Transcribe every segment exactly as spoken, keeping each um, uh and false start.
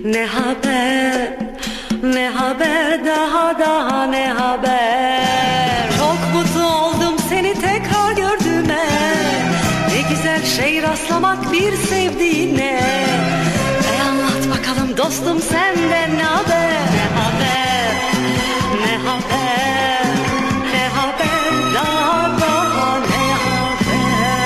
Ne haber, ne haber, daha daha ne haber. Çok mutlu oldum seni tekrar gördüğüme. Ne güzel şey rastlamak bir sevdiğine. E anlat bakalım dostum senden ne haber. Ne haber, ne haber, ne haber, daha daha ne haber.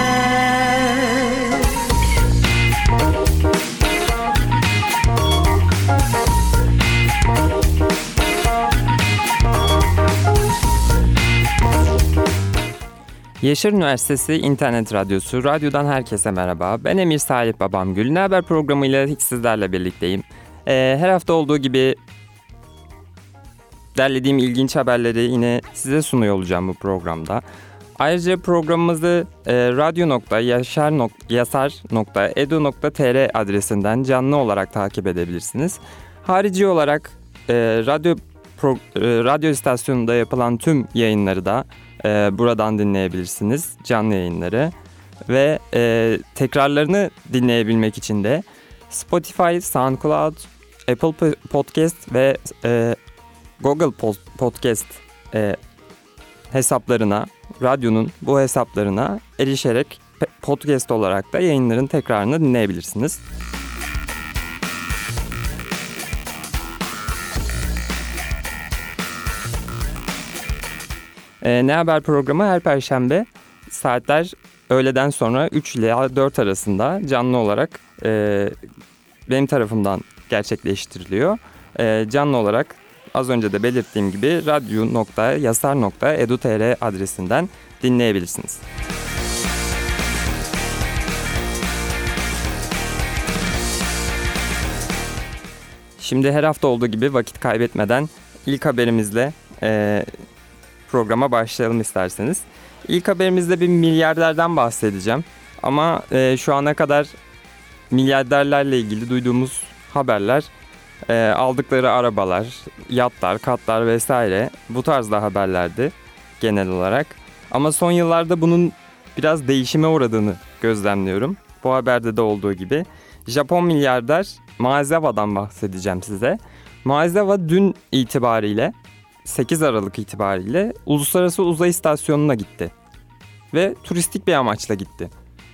Yaşar Üniversitesi İnternet Radyosu, radyodan herkese merhaba. Ben Emir Salih Babamgül. Ne Haber programıyla hiç sizlerle birlikteyim. Ee, her hafta olduğu gibi derlediğim ilginç haberleri yine size sunuyor olacağım bu programda. Ayrıca programımızı e, radyo nokta yasar nokta edu nokta tr adresinden canlı olarak takip edebilirsiniz. Harici olarak e, radyo pro, e, radyo istasyonunda yapılan tüm yayınları da e, buradan dinleyebilirsiniz, canlı yayınları. Ve e, tekrarlarını dinleyebilmek için de Spotify, SoundCloud, Apple Podcast ve e, Google Podcast e, hesaplarına, radyonun bu hesaplarına erişerek podcast olarak da yayınların tekrarını dinleyebilirsiniz. E, Ne Haber programı her Perşembe saatler öğleden sonra üç ile dört arasında canlı olarak e, benim tarafımdan gerçekleştiriliyor. E, canlı olarak az önce de belirttiğim gibi radyo nokta yasar nokta edu nokta tr adresinden dinleyebilirsiniz. Şimdi her hafta olduğu gibi vakit kaybetmeden ilk haberimizle e, programa başlayalım isterseniz. İlk haberimizde bir milyarderden bahsedeceğim. Ama e, şu ana kadar milyarderlerle ilgili duyduğumuz haberler, e, aldıkları arabalar, yatlar, katlar vesaire bu tarzda haberlerdi genel olarak. Ama son yıllarda bunun biraz değişime uğradığını gözlemliyorum. Bu haberde de olduğu gibi. Japon milyarder Maezawa'dan bahsedeceğim size. Maezawa dün itibariyle, sekiz Aralık itibariyle Uluslararası Uzay İstasyonu'na gitti. Ve turistik bir amaçla gitti.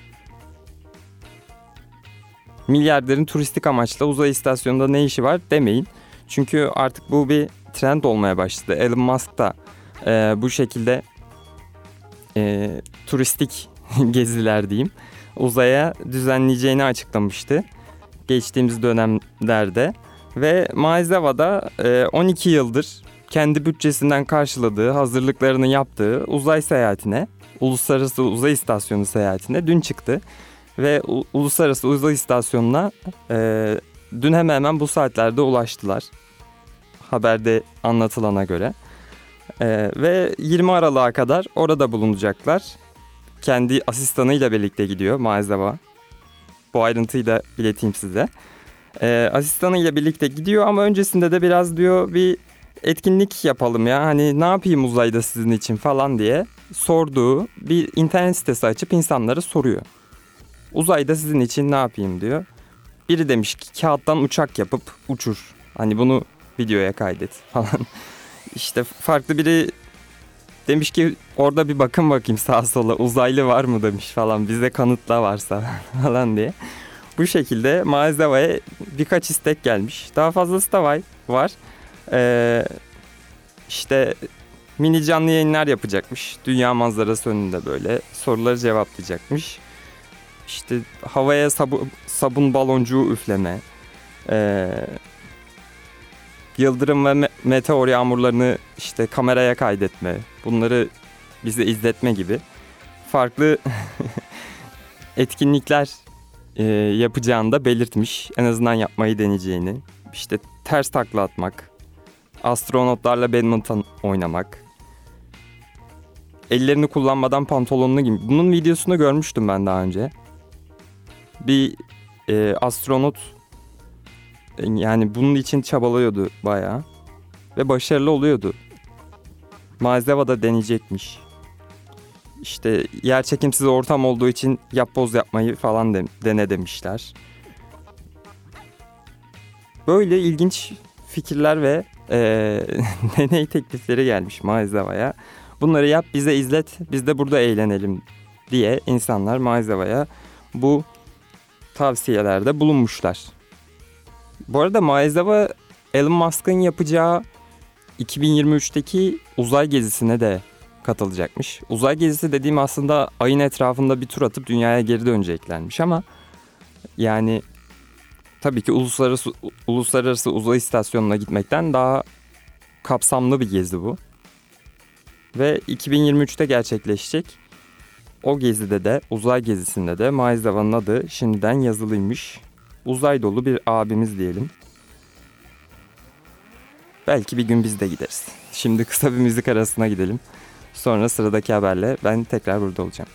Milyarderin turistik amaçla uzay istasyonunda ne işi var demeyin. Çünkü artık bu bir trend olmaya başladı. Elon Musk da e, bu şekilde e, turistik geziler diyeyim uzaya düzenleyeceğini açıklamıştı geçtiğimiz dönemlerde. Ve Maezawa'da e, on iki yıldır kendi bütçesinden karşıladığı, hazırlıklarını yaptığı uzay seyahatine, Uluslararası Uzay İstasyonu seyahatine dün çıktı. Ve U- Uluslararası Uzay İstasyonu'na e, dün hemen hemen bu saatlerde ulaştılar. Haberde anlatılana göre. E, ve yirmi Aralık'a kadar orada bulunacaklar. Kendi asistanıyla birlikte gidiyor Maezawa. Bu ayrıntıyı da ileteyim size. E, asistanıyla birlikte gidiyor ama öncesinde de biraz diyor bir etkinlik yapalım ya. Hani ne yapayım uzayda sizin için falan diye sorduğu bir internet sitesi açıp insanlara soruyor. Uzayda sizin için ne yapayım diyor. Biri demiş ki kağıttan uçak yapıp uçur. Hani bunu videoya kaydet falan. İşte farklı biri demiş ki orada bir bakın bakayım sağa sola uzaylı var mı demiş falan. Bize kanıtla varsa falan diye. Bu şekilde Maezawa'ya birkaç istek gelmiş. Daha fazlası da var. var. Ee, işte mini canlı yayınlar yapacakmış. Dünya manzarası önünde böyle soruları cevaplayacakmış. İşte havaya sabun, sabun baloncuğu üfleme, ee, yıldırım ve me- meteor yağmurlarını işte kameraya kaydetme, bunları bize izletme gibi farklı etkinlikler e, yapacağını da belirtmiş. En azından yapmayı deneyeceğini. İşte ters takla atmak, astronotlarla badminton oynamak, ellerini kullanmadan pantolonunu giymek. Bunun videosunu görmüştüm ben daha önce. Bir e, astronot yani bunun için çabalıyordu bayağı ve başarılı oluyordu. Maezawa da deneyecekmiş. İşte yerçekimsiz ortam olduğu için yapboz yapmayı falan de, dene demişler. Böyle ilginç fikirler ve e, deney teklifleri gelmiş Maezava'ya. Bunları yap, bize izlet, biz de burada eğlenelim diye insanlar Maezava'ya bu tavsiyelerde bulunmuşlar. Bu arada Maezava Elon Musk'ın yapacağı iki bin yirmi üçteki uzay gezisine de katılacakmış. Uzay gezisi dediğim aslında ayın etrafında bir tur atıp dünyaya geri döneceklermiş ama yani tabii ki uluslararası uluslararası uzay istasyonuna gitmekten daha kapsamlı bir gezi bu. Ve iki bin yirmi üçte gerçekleşecek. O gezide de, uzay gezisinde de Maezava'nın adı şimdiden yazılıymış. Uzay dolu bir abimiz diyelim. Belki bir gün biz de gideriz. Şimdi kısa bir müzik arasına gidelim. Sonra sıradaki haberle ben tekrar burada olacağım.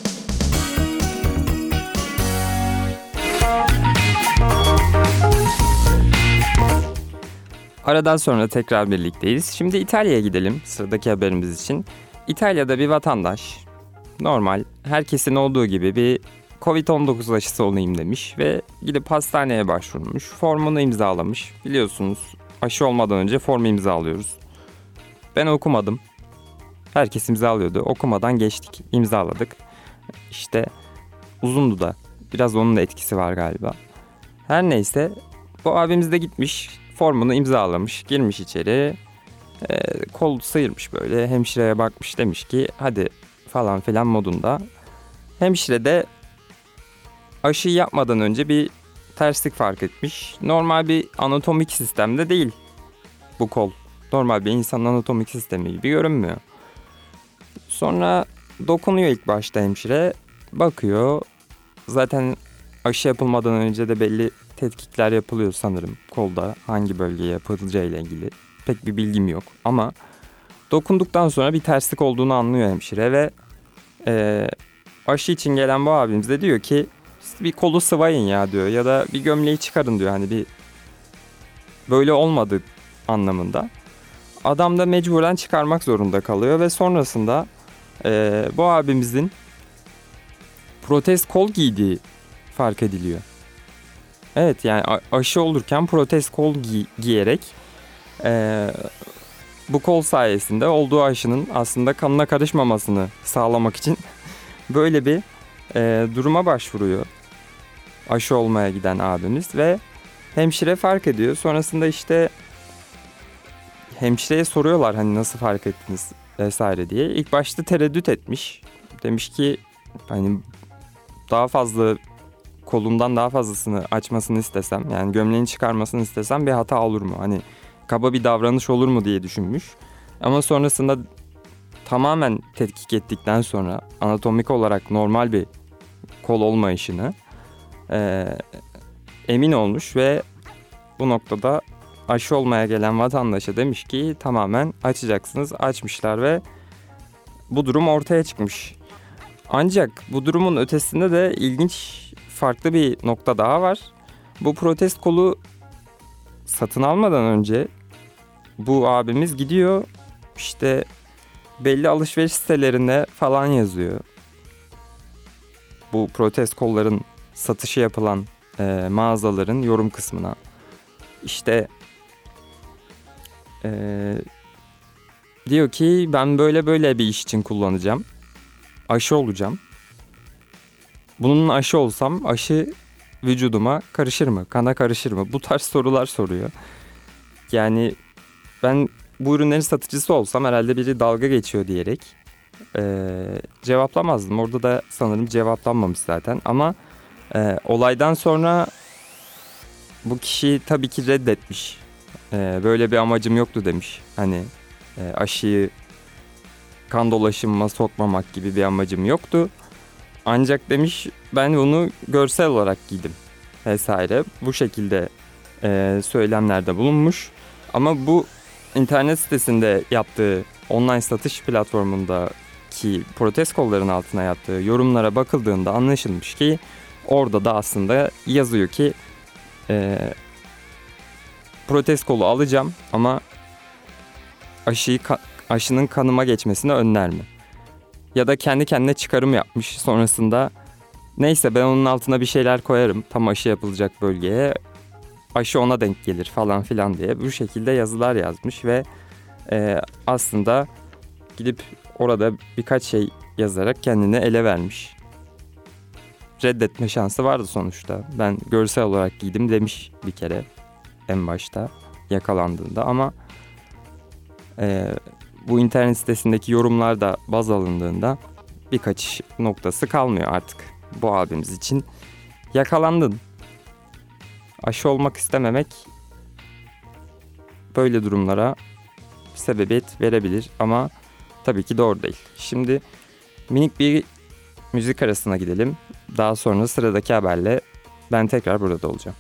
Aradan sonra tekrar birlikteyiz. Şimdi İtalya'ya gidelim sıradaki haberimiz için. İtalya'da bir vatandaş normal herkesin olduğu gibi bir kovid on dokuz aşısı olayım demiş ve gidip hastaneye başvurmuş. Formunu imzalamış. Biliyorsunuz aşı olmadan önce formu imzalıyoruz. Ben okumadım. Herkes imzalıyordu. Okumadan geçtik, imzaladık. İşte uzundu da. Biraz onun da etkisi var galiba. Her neyse bu abimiz de gitmiş. Formunu imzalamış. Girmiş içeri. E, kol sıyırmış böyle. Hemşireye bakmış, demiş ki hadi falan filan modunda. Hemşire de aşıyı yapmadan önce bir terslik fark etmiş. Normal bir anatomik sistemde değil bu kol. Normal bir insanın anatomik sistemi gibi görünmüyor. Sonra dokunuyor ilk başta hemşire. Bakıyor. Zaten aşı yapılmadan önce de belli tetkikler yapılıyor sanırım. Kolda hangi bölgeye yapılacağı ile ilgili. Pek bir bilgim yok. Ama dokunduktan sonra bir terslik olduğunu anlıyor hemşire ve e, aşı için gelen bu abimiz de diyor ki bir kolu sıvayın ya diyor. Ya da bir gömleği çıkarın diyor. Hani bir böyle olmadı anlamında. Adam da mecburen çıkarmak zorunda kalıyor ve sonrasında e, bu abimizin protez kol giydiği fark ediliyor. Evet, yani aşı olurken protez kol giy- giyerek e, bu kol sayesinde olduğu aşının aslında kanına karışmamasını sağlamak için böyle bir e, duruma başvuruyor aşı olmaya giden abimiz ve hemşire fark ediyor. Sonrasında işte hemşireye soruyorlar hani nasıl fark ettiniz vesaire diye. İlk başta tereddüt etmiş. Demiş ki hani daha fazla kolumdan daha fazlasını açmasını istesem, yani gömleğini çıkarmasını istesem bir hata olur mu? Hani kaba bir davranış olur mu diye düşünmüş. Ama sonrasında tamamen tetkik ettikten sonra anatomik olarak normal bir kol olmayışını e, emin olmuş ve bu noktada aşı olmaya gelen vatandaşa demiş ki tamamen açacaksınız. Açmışlar ve bu durum ortaya çıkmış. Ancak bu durumun ötesinde de ilginç farklı bir nokta daha var. Bu protez kolu satın almadan önce bu abimiz gidiyor işte belli alışveriş sitelerinde falan yazıyor. Bu protez kolların satışı yapılan e, mağazaların yorum kısmına. İşte e, diyor ki ben böyle böyle bir iş için kullanacağım. Aşı olacağım. Bunun aşı olsam aşı vücuduma karışır mı? Kana karışır mı? Bu tarz sorular soruyor. Yani ben bu ürünlerin satıcısı olsam herhalde biri dalga geçiyor diyerek e, cevaplamazdım. Orada da sanırım cevaplanmamış zaten. Ama e, olaydan sonra bu kişi tabii ki reddetmiş. E, böyle bir amacım yoktu demiş. Hani e, aşıyı kan dolaşımıma sokmamak gibi bir amacım yoktu. Ancak demiş ben bunu görsel olarak giydim vesaire. Bu şekilde e, söylemlerde bulunmuş. Ama bu internet sitesinde yaptığı online satış platformundaki protez kolların altına yaptığı yorumlara bakıldığında anlaşılmış ki orada da aslında yazıyor ki e, protez kolu alacağım ama aşıyı aşının kanıma geçmesini önler mi? Ya da kendi kendine çıkarım yapmış. Sonrasında neyse ben onun altına bir şeyler koyarım tam aşı yapılacak bölgeye. aşı ona denk gelir falan filan diye bu şekilde yazılar yazmış ve e, aslında gidip orada birkaç şey yazarak kendini ele vermiş. Reddetme şansı vardı sonuçta. Ben görsel olarak giydim demiş bir kere en başta yakalandığında ama e, bu internet sitesindeki yorumlar da baz alındığında birkaç noktası kalmıyor artık bu abimiz için. Yakalandın. Aşı olmak istememek böyle durumlara sebebiyet verebilir ama tabii ki doğru değil. Şimdi minik bir müzik arasına gidelim. Daha sonra sıradaki haberle ben tekrar burada olacağım.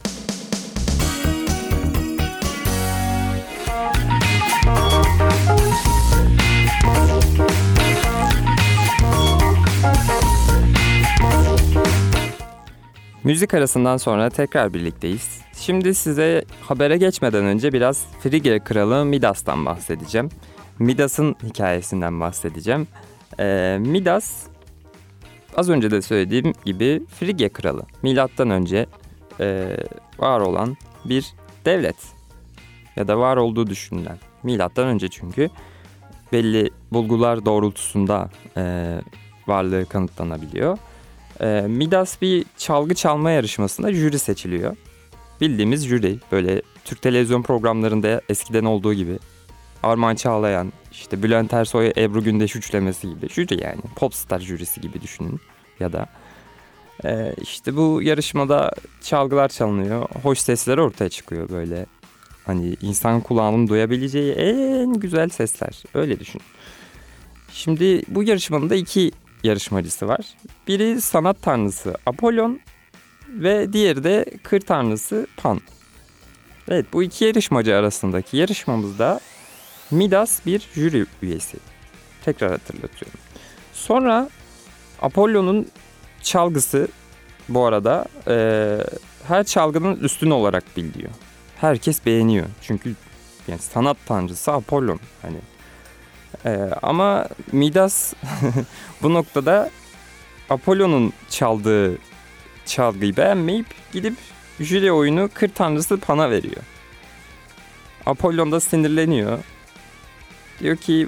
Müzik arasından sonra tekrar birlikteyiz. Şimdi size habere geçmeden önce biraz Frigya kralı Midas'tan bahsedeceğim. Midas'ın hikayesinden bahsedeceğim. Ee, Midas, az önce de söylediğim gibi Frigya kralı. Milattan önce e, var olan bir devlet. Ya da var olduğu düşünülen. Milattan önce çünkü belli bulgular doğrultusunda e, varlığı kanıtlanabiliyor. Midas bir çalgı çalma yarışmasında jüri seçiliyor. Bildiğimiz jüri, böyle Türk televizyon programlarında eskiden olduğu gibi Armağan Çağlayan, işte Bülent Ersoy, Ebru Gündeş üçlemesi gibi jüri, yani popstar jürisi gibi düşünün. Ya da e, işte bu yarışmada çalgılar çalınıyor, hoş sesler ortaya çıkıyor, böyle hani insan kulağının duyabileceği en güzel sesler, öyle düşün. Şimdi bu yarışmanın da iki yarışmacısı var. Biri sanat tanrısı Apollon ve diğeri de kır tanrısı Pan. Evet, bu iki yarışmacı arasındaki yarışmamızda Midas bir jüri üyesi. Tekrar hatırlatıyorum. Sonra Apollon'un çalgısı bu arada e, her çalgının üstün olarak biliniyor. Herkes beğeniyor. Çünkü yani sanat tanrısı Apollon. Hani Ee, ama Midas bu noktada Apollon'un çaldığı çalgıyı beğenmeyip gidip jüri oyunu kır tanrısı Pan'a veriyor. Apollon da sinirleniyor. Diyor ki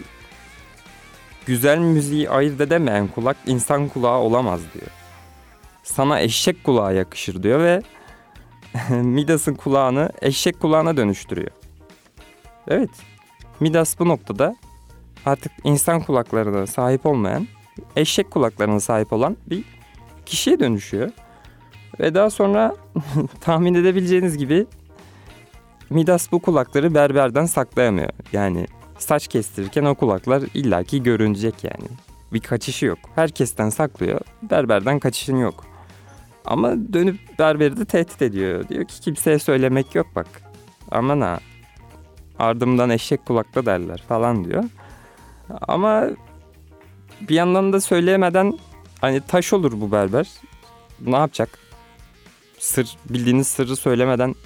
güzel müziği ayırt edemeyen kulak insan kulağı olamaz diyor. Sana eşek kulağı yakışır diyor ve Midas'ın kulağını eşek kulağına dönüştürüyor. Evet, Midas bu noktada artık insan kulaklarına sahip olmayan, eşek kulaklarına sahip olan bir kişiye dönüşüyor. Ve daha sonra tahmin edebileceğiniz gibi Midas bu kulakları berberden saklayamıyor. Yani saç kestirirken o kulaklar illaki görünecek yani. Bir kaçışı yok. Herkesten saklıyor, berberden kaçışın yok. Ama dönüp berberi de tehdit ediyor. Diyor ki kimseye söylemek yok bak. Aman ha, ardımdan eşek kulakta derler falan diyor. Ama bir yandan da söyleyemeden hani taş olur bu berber. Ne yapacak? Sır, bildiğiniz sırrı söylemeden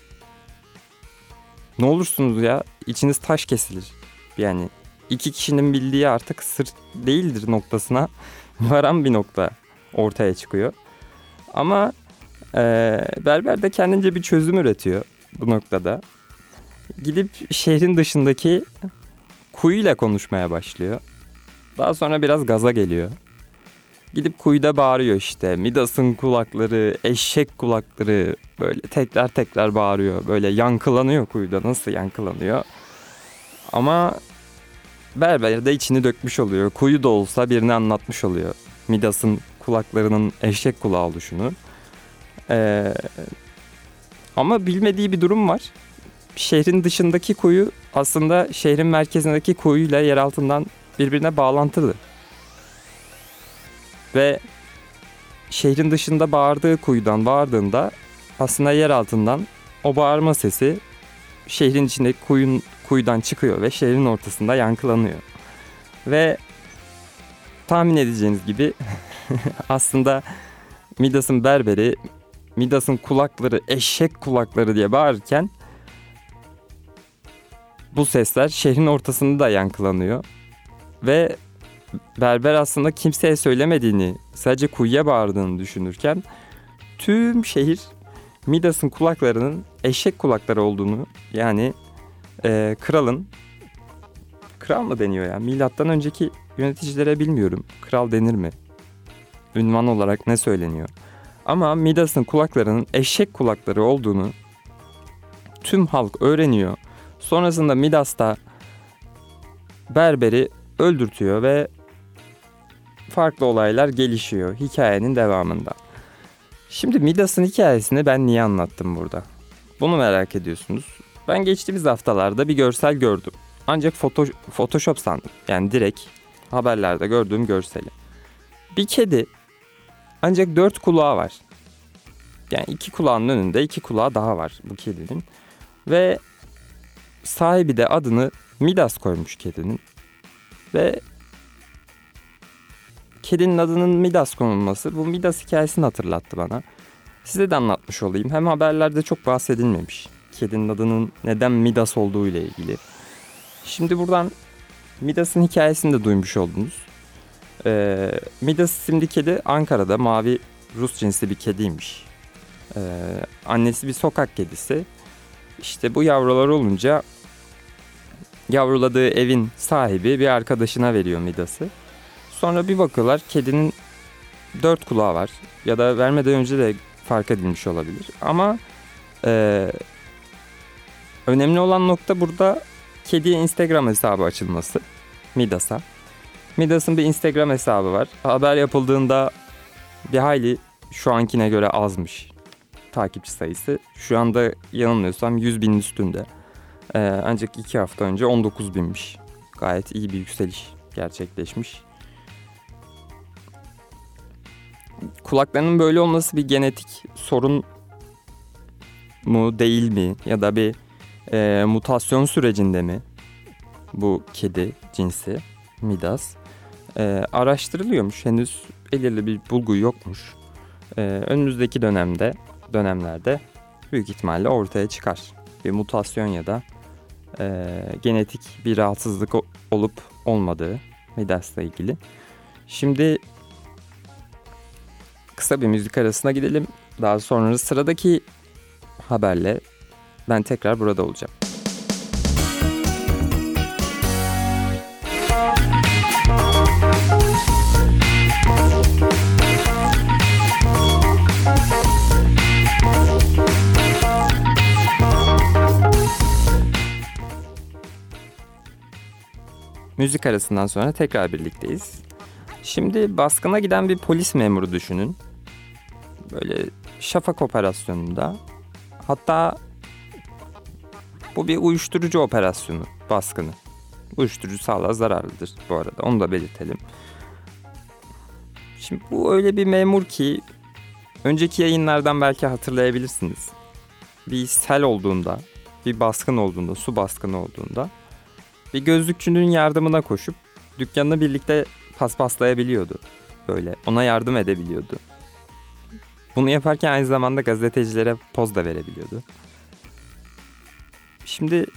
ne olursunuz ya, içiniz taş kesilir. Yani iki kişinin bildiği artık sır değildir noktasına varan bir nokta ortaya çıkıyor. Ama e, berber de kendince bir çözüm üretiyor bu noktada. Gidip şehrin dışındaki kuyuyla konuşmaya başlıyor. Daha sonra biraz gaza geliyor. Gidip kuyuda bağırıyor işte. Midas'ın kulakları, eşek kulakları, böyle tekrar tekrar bağırıyor. Böyle yankılanıyor kuyuda. Nasıl yankılanıyor? Ama berber de içini dökmüş oluyor. Kuyu da olsa birini anlatmış oluyor. Midas'ın kulaklarının eşek kulağı oluşunu. Ee, ama bilmediği bir durum var. Şehrin dışındaki kuyu aslında şehrin merkezindeki kuyuyla yer altından birbirine bağlantılı. Ve şehrin dışında bağırdığı kuyudan bağırdığında aslında yer altından o bağırma sesi şehrin içindeki kuyun, kuyudan çıkıyor ve şehrin ortasında yankılanıyor. Ve tahmin edeceğiniz gibi aslında Midas'ın berberi Midas'ın kulakları eşek kulakları diye bağırırken bu sesler şehrin ortasında da yankılanıyor. Ve berber aslında kimseye söylemediğini, sadece kuyuya bağırdığını düşünürken tüm şehir Midas'ın kulaklarının eşek kulakları olduğunu, yani e, kralın, kral mı deniyor ya? Milattan önceki yöneticilere bilmiyorum. Kral denir mi? Ünvan olarak ne söyleniyor? Ama Midas'ın kulaklarının eşek kulakları olduğunu tüm halk öğreniyor. Sonrasında Midas da berberi öldürtüyor ve farklı olaylar gelişiyor hikayenin devamında. Şimdi Midas'ın hikayesini ben niye anlattım burada? Bunu merak ediyorsunuz. Ben geçtiğimiz haftalarda bir görsel gördüm. Ancak foto, Photoshop sandım. Yani direkt haberlerde gördüğüm görseli. Bir kedi, ancak dört kulağı var. Yani iki kulağının önünde iki kulağı daha var bu kedinin. Ve sahibi de adını Midas koymuş kedinin. Ve kedinin adının Midas konulması bu Midas hikayesini hatırlattı bana. Size de anlatmış olayım. Hem haberlerde çok bahsedilmemiş kedinin adının neden Midas olduğu ile ilgili. Şimdi buradan Midas'ın hikayesini de duymuş oldunuz. Ee, Midas isimli kedi Ankara'da mavi Rus cinsi bir kediymiş. Ee, annesi bir sokak kedisi. İşte bu yavrular olunca yavruladığı evin sahibi bir arkadaşına veriyor Midas'ı. Sonra bir bakıyorlar kedinin dört kulağı var. Ya da vermeden önce de fark edilmiş olabilir. Ama e, önemli olan nokta burada kediye Instagram hesabı açılması. Midas'a. Midas'ın bir Instagram hesabı var. Haber yapıldığında bir hayli şu ankine göre azmış takipçi sayısı. Şu anda yanılmıyorsam yüz binin üstünde. Ee, ancak iki hafta önce on dokuz binmiş. Gayet iyi bir yükseliş gerçekleşmiş. Kulaklarının böyle olması bir genetik sorun mu değil mi? Ya da bir e, mutasyon sürecinde mi bu kedi cinsi Midas? E, araştırılıyormuş. Henüz belirli bir bulgu yokmuş. E, önümüzdeki dönemde dönemlerde büyük ihtimalle ortaya çıkar. Bir mutasyon ya da e, genetik bir rahatsızlık olup olmadığı Midas'la ilgili. Şimdi kısa bir müzik arasına gidelim. Daha sonra sıradaki haberle ben tekrar burada olacağım. Müzik arasından sonra tekrar birlikteyiz. Şimdi baskına giden bir polis memuru düşünün. Böyle şafak operasyonunda. Hatta bu bir uyuşturucu operasyonu, baskını. Uyuşturucu sağlığa zararlıdır bu arada, onu da belirtelim. Şimdi bu öyle bir memur ki önceki yayınlardan belki hatırlayabilirsiniz. Bir sel olduğunda, bir baskın olduğunda, su baskını olduğunda bir gözlükçünün yardımına koşup dükkanını birlikte paspaslayabiliyordu. Böyle ona yardım edebiliyordu. Bunu yaparken aynı zamanda gazetecilere poz da verebiliyordu. Şimdi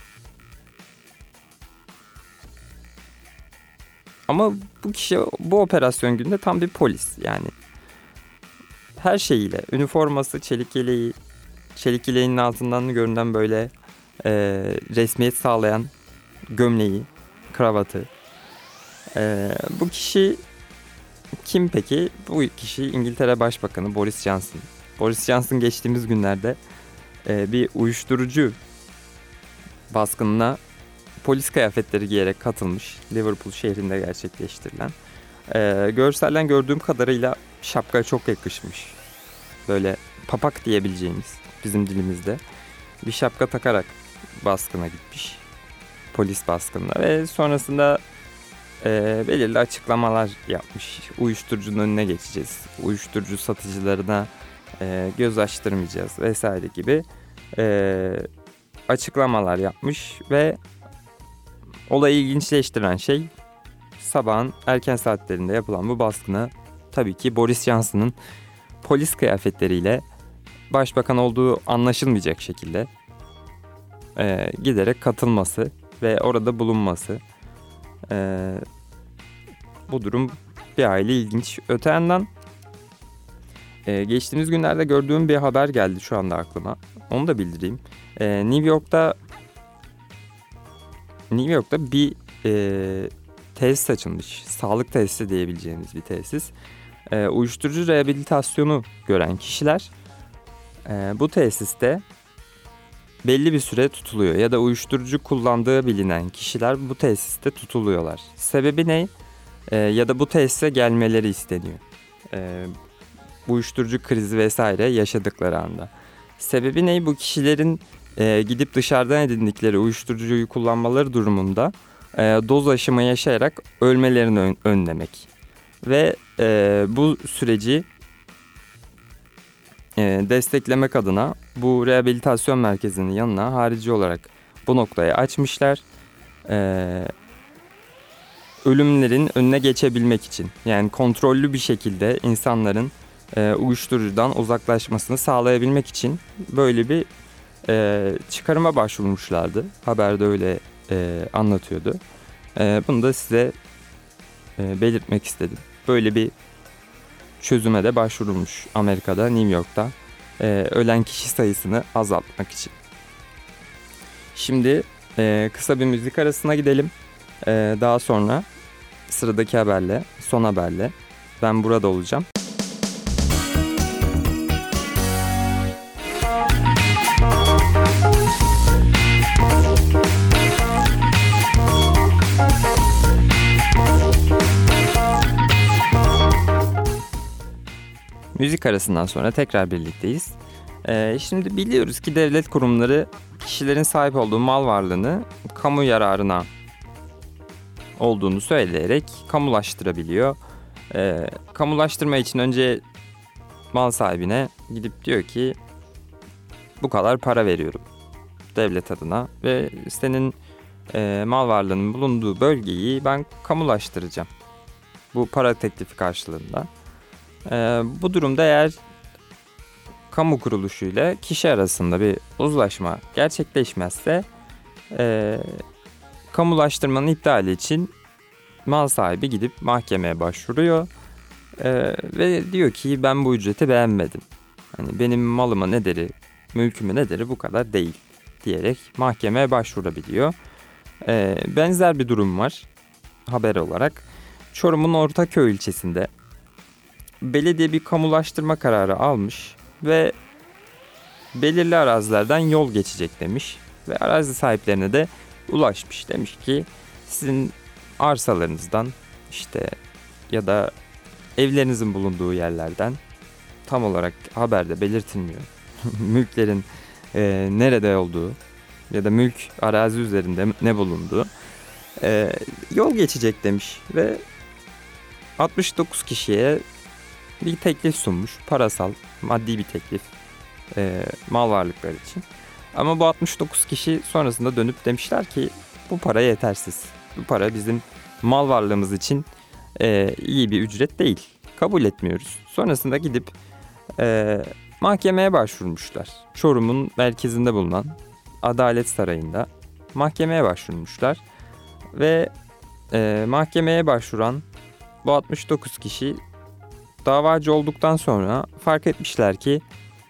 ama bu kişi bu operasyon günde tam bir polis yani. Her şeyiyle, üniforması, çelik yeleği, çelik yeleğinin altından görünen böyle e, resmiyet sağlayan gömleği, kravatı. E, bu kişi kim peki? Bu kişi İngiltere Başbakanı Boris Johnson. Boris Johnson geçtiğimiz günlerde e, bir uyuşturucu baskınına polis kıyafetleri giyerek katılmış. Liverpool şehrinde gerçekleştirilen. E, görselden gördüğüm kadarıyla şapkaya çok yakışmış. Böyle papak diyebileceğimiz bizim dilimizde bir şapka takarak baskına gitmiş. Polis baskınına ve sonrasında e, belirli açıklamalar yapmış. Uyuşturucunun önüne geçeceğiz. Uyuşturucu satıcılarına e, göz açtırmayacağız vesaire gibi e, açıklamalar yapmış ve olayı ilginçleştiren şey sabahın erken saatlerinde yapılan bu baskına tabii ki Boris Johnson'ın polis kıyafetleriyle başbakan olduğu anlaşılmayacak şekilde e, giderek katılması ve orada bulunması. E, bu durum bir hayli ilginç. Öte yandan Ee, geçtiğimiz günlerde gördüğüm bir haber geldi şu anda aklıma. Onu da bildireyim. Ee, New York'ta New York'ta bir e, tesis açılmış. Sağlık tesisi diyebileceğimiz bir tesis. E, uyuşturucu rehabilitasyonu gören kişiler e, bu tesiste belli bir süre tutuluyor. Ya da uyuşturucu kullandığı bilinen kişiler bu tesiste tutuluyorlar. Sebebi ne? E, ya da bu tesise gelmeleri isteniyor. E, uyuşturucu krizi vesaire yaşadıkları anda. Sebebi ne? Bu kişilerin e, gidip dışarıdan edindikleri uyuşturucuyu kullanmaları durumunda e, doz aşımı yaşayarak ölmelerini ön- önlemek. Ve e, bu süreci e, desteklemek adına bu rehabilitasyon merkezinin yanına harici olarak bu noktayı açmışlar. E, ölümlerin önüne geçebilmek için, yani kontrollü bir şekilde insanların e, uyuşturucudan uzaklaşmasını sağlayabilmek için böyle bir e, çıkarıma başvurmuşlardı. Haberde öyle e, anlatıyordu. E, bunu da size e, belirtmek istedim. Böyle bir çözüme de başvurulmuş Amerika'da, New York'ta e, ölen kişi sayısını azaltmak için. Şimdi e, kısa bir müzik arasına gidelim. E, daha sonra sıradaki haberle, son haberle ben burada olacağım. Müzik arasından sonra tekrar birlikteyiz. Ee, şimdi biliyoruz ki devlet kurumları kişilerin sahip olduğu mal varlığını kamu yararına olduğunu söyleyerek kamulaştırabiliyor. Ee, kamulaştırma için önce mal sahibine gidip diyor ki bu kadar para veriyorum devlet adına ve senin e, mal varlığının bulunduğu bölgeyi ben kamulaştıracağım bu para teklifi karşılığında. Ee, bu durumda eğer kamu kuruluşuyla kişi arasında bir uzlaşma gerçekleşmezse e, kamulaştırmanın iptali için mal sahibi gidip mahkemeye başvuruyor e, ve diyor ki ben bu ücreti beğenmedim. Hani benim malımın ederi, mülkümün ederi bu kadar değil diyerek mahkemeye başvurabiliyor. E, benzer bir durum var haber olarak. Çorum'un Ortaköy ilçesinde belediye bir kamulaştırma kararı almış ve belirli arazilerden yol geçecek demiş ve arazi sahiplerine de ulaşmış, demiş ki sizin arsalarınızdan işte ya da evlerinizin bulunduğu yerlerden, tam olarak haberde belirtilmiyor mülklerin e, nerede olduğu ya da mülk arazi üzerinde ne bulunduğu, e, yol geçecek demiş ve altmış dokuz kişiye bir teklif sunmuş. Parasal, maddi bir teklif e, mal varlıkları için. Ama bu altmış dokuz kişi sonrasında dönüp demişler ki bu para yetersiz. Bu para bizim mal varlığımız için e, iyi bir ücret değil. Kabul etmiyoruz. Sonrasında gidip e, mahkemeye başvurmuşlar. Çorum'un merkezinde bulunan Adalet Sarayı'nda mahkemeye başvurmuşlar. Ve e, mahkemeye başvuran bu altmış dokuz kişi davacı olduktan sonra fark etmişler ki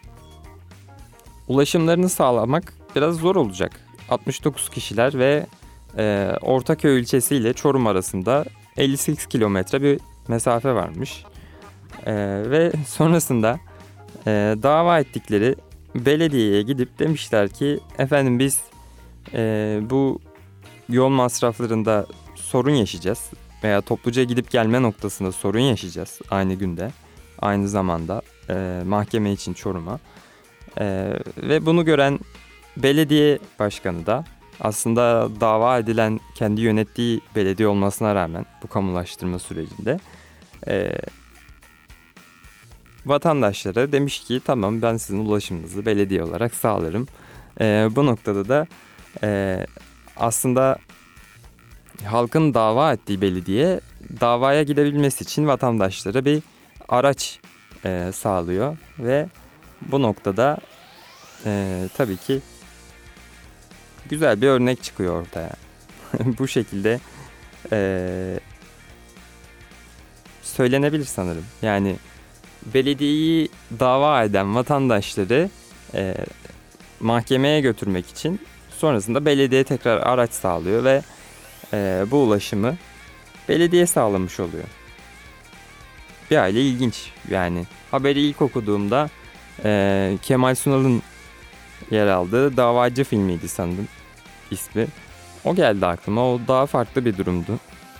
ulaşımlarını sağlamak biraz zor olacak. altmış dokuz kişiler ve e, Ortaköy ilçesi ile Çorum arasında elli sekiz kilometre bir mesafe varmış. E, ve sonrasında e, dava ettikleri belediyeye gidip demişler ki efendim biz e, bu yol masraflarında sorun yaşayacağız. Veya topluca gidip gelme noktasında sorun yaşayacağız aynı günde, aynı zamanda e, mahkeme için Çorum'a. E, ve bunu gören belediye başkanı da aslında dava edilen kendi yönettiği belediye olmasına rağmen bu kamulaştırma sürecinde e, vatandaşlara demiş ki tamam ben sizin ulaşımınızı belediye olarak sağlarım. E, bu noktada da e, aslında halkın dava ettiği belediye davaya gidebilmesi için vatandaşlara bir araç e, sağlıyor ve bu noktada e, tabii ki güzel bir örnek çıkıyor ortaya. Bu şekilde e, söylenebilir sanırım. Yani belediyeyi dava eden vatandaşları e, mahkemeye götürmek için sonrasında belediye tekrar araç sağlıyor ve e, bu ulaşımı belediye sağlamış oluyor. Bir aile ilginç yani. Haberi ilk okuduğumda e, Kemal Sunal'ın yer aldığı Davacı filmiydi sanırım ismi. O geldi aklıma. O daha farklı bir durumdu.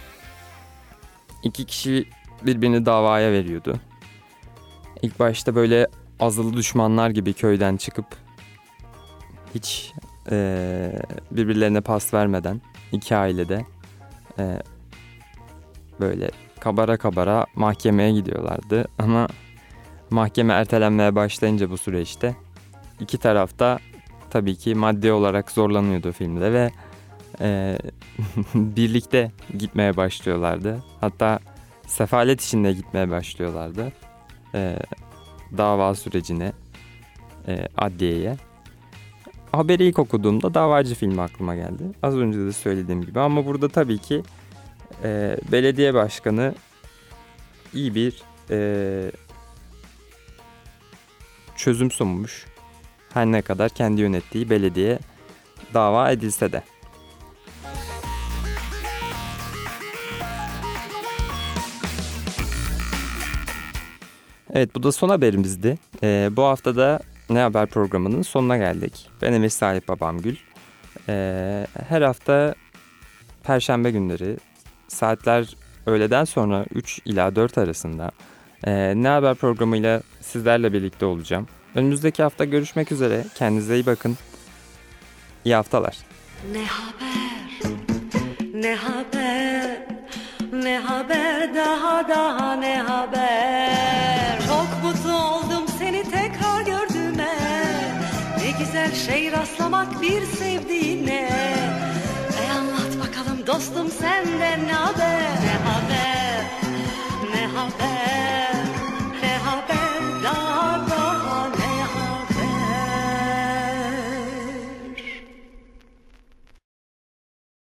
İki kişi birbirini davaya veriyordu. İlk başta böyle azılı düşmanlar gibi köyden çıkıp hiç e, birbirlerine pas vermeden iki ailede e, böyle kabara kabara mahkemeye gidiyorlardı. Ama mahkeme ertelenmeye başlayınca bu süreçte iki tarafta tabii ki maddi olarak zorlanıyordu filmde ve e, birlikte gitmeye başlıyorlardı. Hatta sefalet içinde gitmeye başlıyorlardı. E, dava sürecine, e, adliyeye. Haberi ilk okuduğumda Davacı filmi aklıma geldi. Az önce de söylediğim gibi ama burada tabii ki e, belediye başkanı iyi bir e, çözüm sunmuş. Her ne kadar kendi yönettiği belediye dava edilse de. Evet, bu da son haberimizdi. Ee, bu hafta da Ne Haber programının sonuna geldik. Ben Emir Salih Babamgül. Ee, her hafta Perşembe günleri saatler öğleden sonra üç ila dört arasında e, Ne Haber programıyla sizlerle birlikte olacağım. Önümüzdeki hafta görüşmek üzere. Kendinize iyi bakın. İyi haftalar. Ne haber, ne haber, ne haber, daha daha ne haber. Çok mutlu oldum seni tekrar gördüğüme. Ne güzel şey rastlamak bir sevdiğine. E anlat bakalım dostum senden ne haber, ne haber, ne haber.